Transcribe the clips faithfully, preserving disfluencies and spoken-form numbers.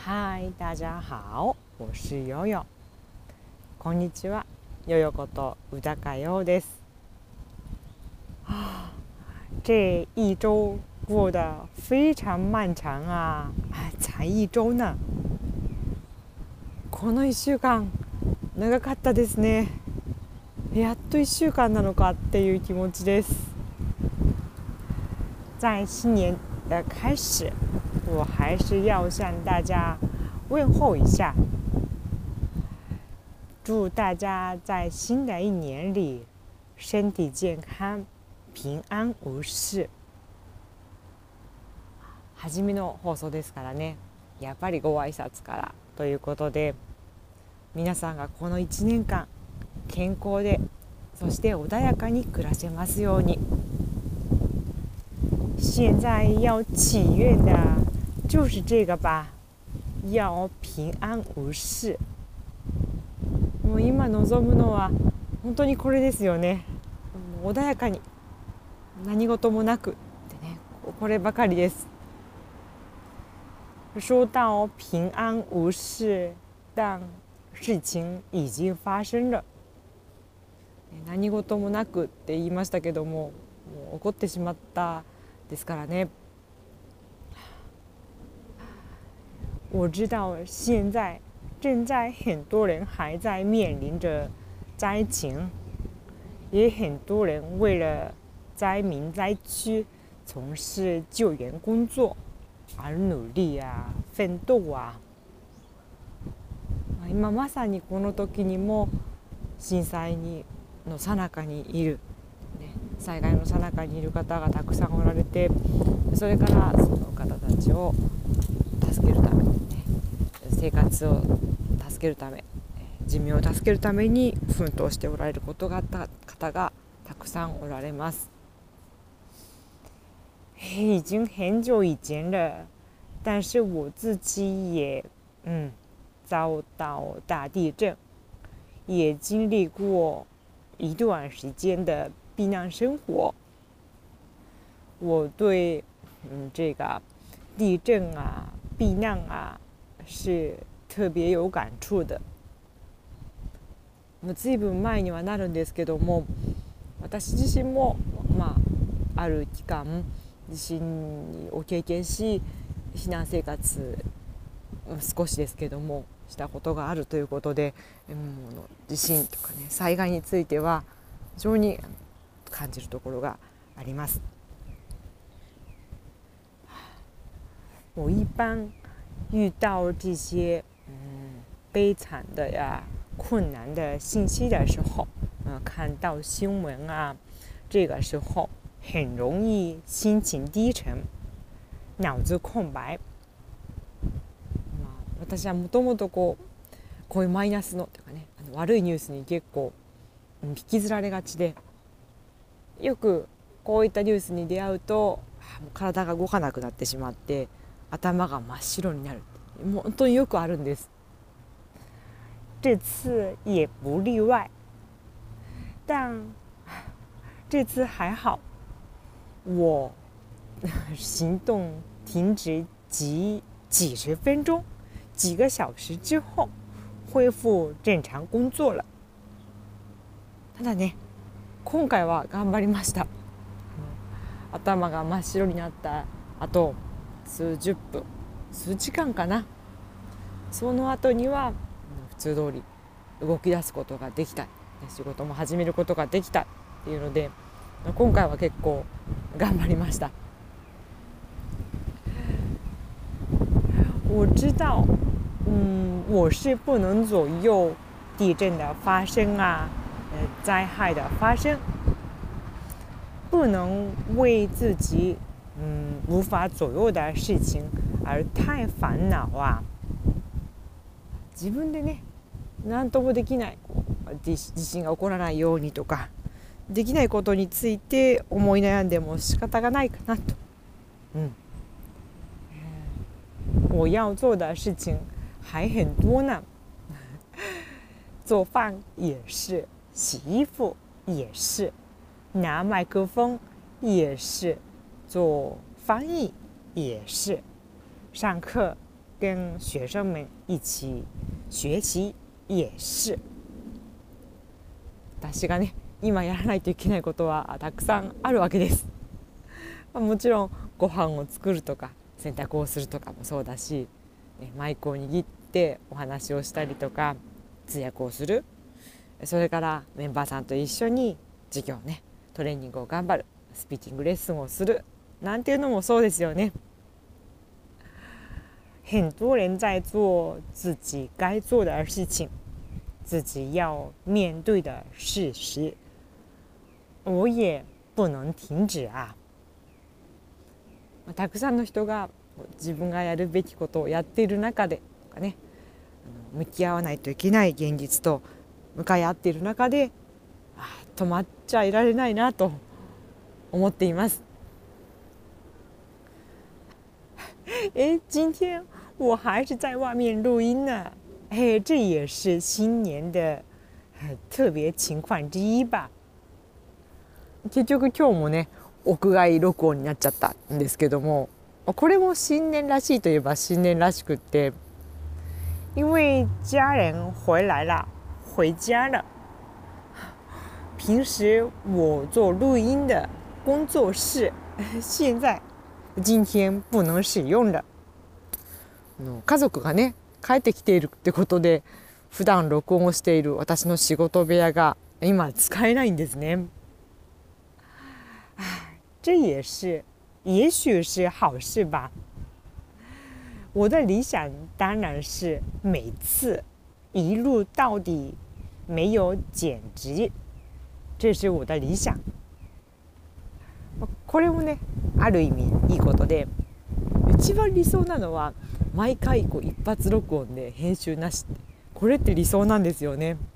嗨，大家好，我是悠悠。こんにちは、悠悠こと宇高悠です。啊，这一周过得非常漫长啊！哎，才一周呢。この一週間長かったですね。やっと一週間なのかっていう気持ちです。在新年的开始，我还是要向大家问候一下，祝大家在新的一年里身体健康、平安无事。初めの放送ですからね、やっぱりご挨拶からということで、皆さんがこのいちねんかん健康で、そして穏やかに暮らせますように。现在要祈愿的就是这个吧，要平安无事。もう今望むのは本当にこれですよね。穏やかに何事もなくってね、こればかりです。说到平安无事，但事情已经发生了。何事もなくって言いましたけども、もう起こってしまったですからね。我知道现在正在很多人还在面临着灾情，也很多人为了灾民灾区从事救援工作而努力啊、奋斗啊。今まさにこの時にも震災にの最中にいる、ね、災害の最中にいる方がたくさんおられて、それからその方たちを助けるため、ね、生活を助けるため、寿命を助けるために奮闘しておられることがあった方がたくさんおられます。已经很久以前了，但是我自己也嗯遭到大地震，也经历过一段时间的避难生活。我对嗯这个地震啊、避难啊是特別有感触的。もう随分前にはなるんですけども、私自身も、まあ、ある期間地震を経験し、避難生活少しですけどもしたことがあるということで、もう地震とかね、災害については非常に感じるところがあります。我一般遇到这些嗯悲惨的呀、困难的信息的时候，呃，看到新闻啊，这个时候很容易心情低沉、脑子空白。まあ、私はもともとこうこういうマイナスのというかね、あの悪いニュースに結構引きずられがちで、よくこういったニュースに出会うと体が動かなくなってしまって頭が真っ白になる。もう本当によくあるんです。这次也不例外，但这次还好，我行动停止几几十分钟、几个小时之后恢復正常工作了。ただね、今回は頑張りました。頭が真っ白になった後、数十分、数時間かな。その後には普通通り動き出すことができた、仕事も始めることができたっていうので、今回は結構頑張りました。我知道，嗯，我是不能左右地震的发生啊，呃，灾害的发生，不能为自己嗯无法左右的事情而太烦恼啊。自分でね、何ともできない、地震が起こらないようにとか、できないことについて思い悩んでも仕方がないかなと。嗯，我要做的事情还很多呢。做饭也是，洗衣服也是，拿麦克风也是，做翻译也是，上课跟学生们一起学習也是。私がね今やらないといけないことはたくさんあるわけです。もちろんご飯を作るとか洗濯をするとかもそうだし、マイクを握ってお話をしたりとか通訳をする、それからメンバーさんと一緒に授業ねトレーニングを頑張る、スピーキングレッスンをするなんていうのもそうですよね。很多人在做自己该做的事情，自己要面对的事实，我也不能停止啊。たくさんの人が自分がやるべきことをやっている中でとかね、向き合わないといけない現実と向かい合っている中で、止まっちゃいられないなと思っています。诶，今天我还是在外面录音呢。嘿，这也是新年的特別情況之一吧。結局今日もね屋外録音になっちゃったんですけども、これも新年らしいといえば新年らしくって、因为家人回来了，回家了。平时我做录音的工作室，现在今天不能使用了。家族がね帰ってきているってことで、普段録音をしている私の仕事部屋が今使えないんですね。这也是也许是好事吧。我的理想当然是每次一路到底没有剪辑，这是我的理想。これもねある意味いいことで、一番理想なのは毎回こう一発録音で編集なしって、これって理想なんですよね。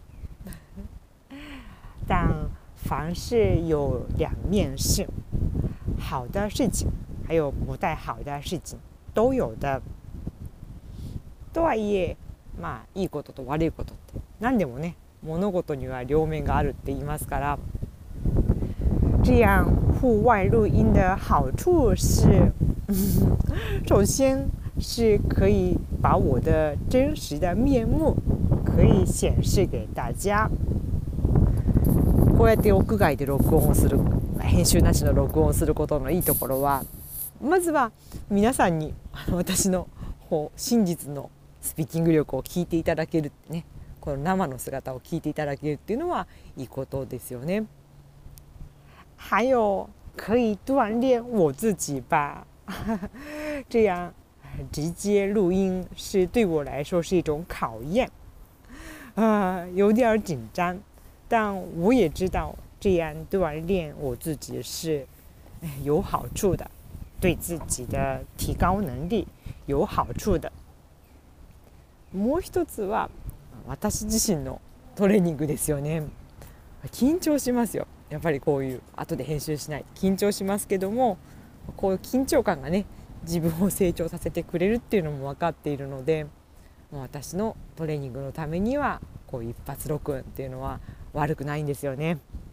但凡事有两面性，好的事情还有不太好的事情都有的。とはいえ、まあいいことと悪いことって何でもね物事には両面があるって言いますから。这样户外录音的好处是，首先是可以把我的真实的面目可以显示给大家。こうやって屋外で録音をする、編集なしの録音をすることのいいところは、まずは皆さんに私の真実のスピーキング力を聞いていただけるってね、この生の姿を聞いていただけるっていうのはいいことですよね。还有可以锻炼我自己吧。这样直接录音是对我来说是一种考验，呃，有点紧张，但我也知道这样锻炼我自己是有好处的，对自己的提高能力有好处的。もう一つは私自身のトレーニングですよね。緊張しますよ。やっぱりこういう後で編集しない緊張しますけども、こういう緊張感がね自分を成長させてくれるっていうのも分かっているので、私のトレーニングのためにはこう一発録音っていうのは悪くないんですよね。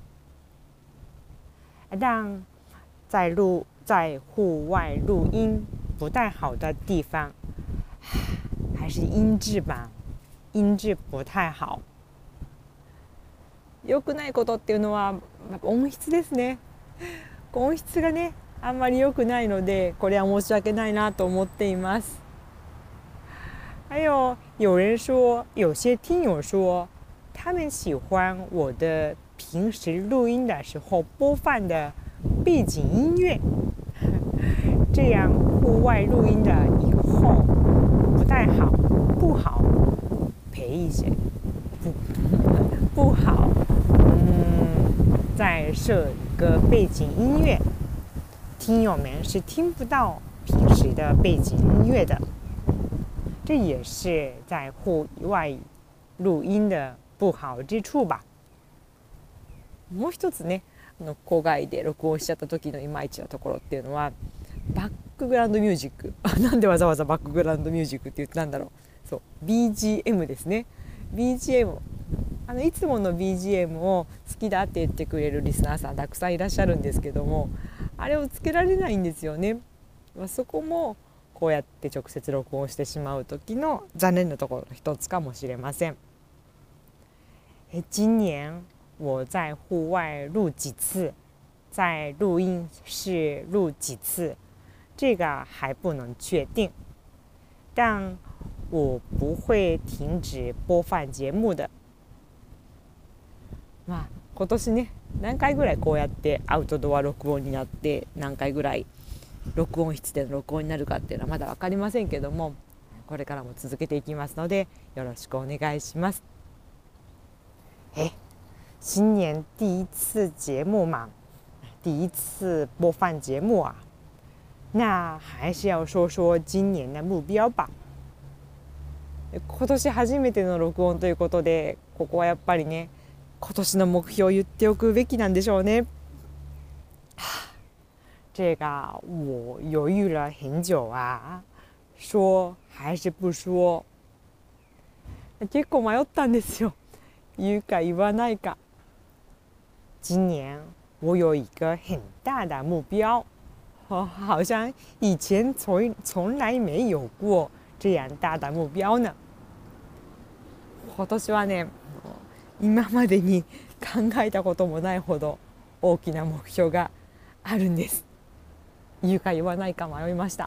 但在录在户外录音不太好的地方，还是音质吧，音质不太好。良くないことっていうのは音質ですね。音質がねあんまり良くないので、これは申し訳ないなと思っています。还有有人说，有些听友说他们喜欢我的平时录音的时候播放的背景音乐，这样户外录音的以后不太好，不好赔一些，不不好，嗯，再设一个背景音乐，听友们是听不到平时的背景音乐的，这也是在户外录音的不好之处吧。もう一つね、あの郊外で録音しちゃった時のいまいちなところっていうのはバックグラウンドミュージック。なんでわざわざバックグラウンドミュージックって言ったんだろう。そう ビージーエム ですね。 ビージーエム、 あのいつもの ビージーエム を好きだって言ってくれるリスナーさんたくさんいらっしゃるんですけども、あれをつけられないんですよね。そこもこうやって直接録音してしまう時の残念なところの一つかもしれません。今年我在户外录几次，在录音室录几次，这个还不能确定，但我不会停止播放节目的。まあ今年ね、何回ぐらいこうやってアウトドア録音になって、何回ぐらい録音室での録音になるかっていうのはまだ分かりませんけども、これからも続けていきますのでよろしくお願いします。え新年第一次节目嘛，第一次播放节目啊，那还是要说说今年的目標吧。今年初めての録音ということで、ここはやっぱりね、今年の目標を言っておくべきなんでしょうね。这个我犹豫了很久啊，说还是不说。結構迷ったんですよ。言うか言わないか。今年我有一个很大的目标，哦，好像以前从从来没有过这样大的目標呢。今年はね、今までに考えたこともないほど大きな目標があるんです。言うか言わないか迷いました。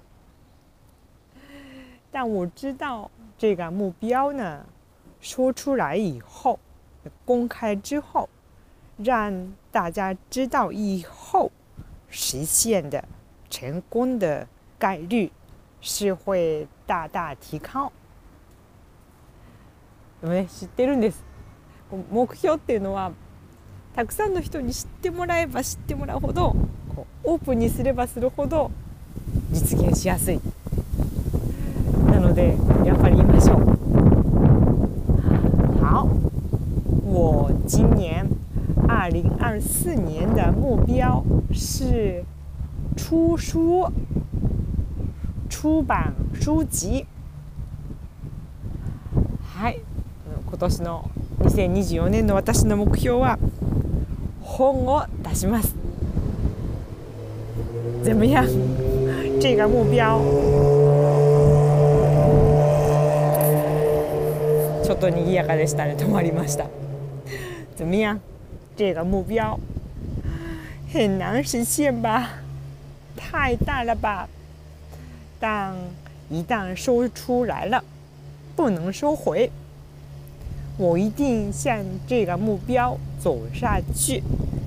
但我知道这个目標呢，说出来以后，公开之后，让大家知道以后，实现的成功的概率是会大大提高。でもね、知ってるんです。目標っていうのはたくさんの人に知ってもらえば知ってもらうほど、こうオープンにすればするほど実現しやすい。なのでやっぱり言いましょう。好，我今年二零二四年的目標是出書、出版書籍。はい、今年のにせんにじゅうよねんの私の目標は本を出します。怎么样？这个目標ちょっと賑やかでしたね。止まりました。怎么样？这个目標很難實現吧？太大了吧？但一旦說出來了，不能收回。我一定向这个目標走下去。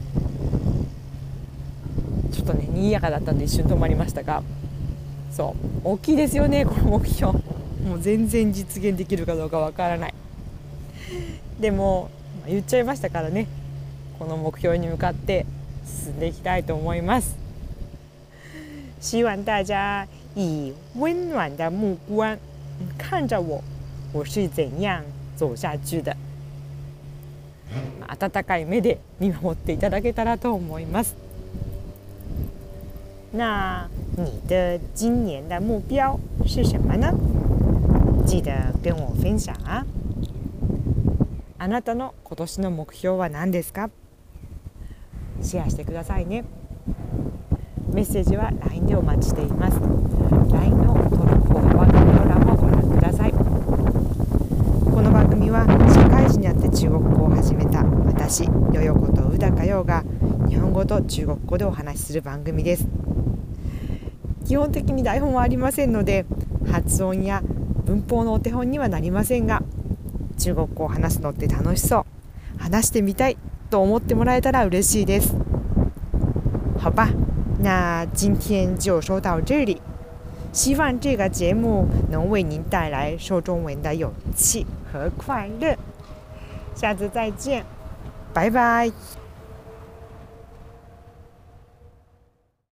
ちょっとね、賑やかだったんで一瞬止まりましたが、そう大きいですよね、この目標。もう全然実現できるかどうかわからない。でも言っちゃいましたからね、この目標に向かって進んでいきたいと思います。希望大家以温暖的目光看着我，我是怎样走下去的。温かい目で見守っていただけたらと思います。那你的今年的目標是什麼呢？記得跟我分享啊。あなたの今年の目標は何ですか？シェアしてくださいね。メッセージは ライン でお待ちしています。ライン の登録方法は概要欄をご覧ください。この番組は社会人になって中国語を始めた私、よよこと宇高陽が日本語と中国語でお話しする番組です。基本的に台本はありませんので、発音や文法のお手本にはなりませんが、中国語を話すのって楽しそう、話してみたいと思ってもらえたら嬉しいです。好吧，那今天就说到这里。希望这个节目能为您带来说中文的勇气和快乐。下次再见，拜拜。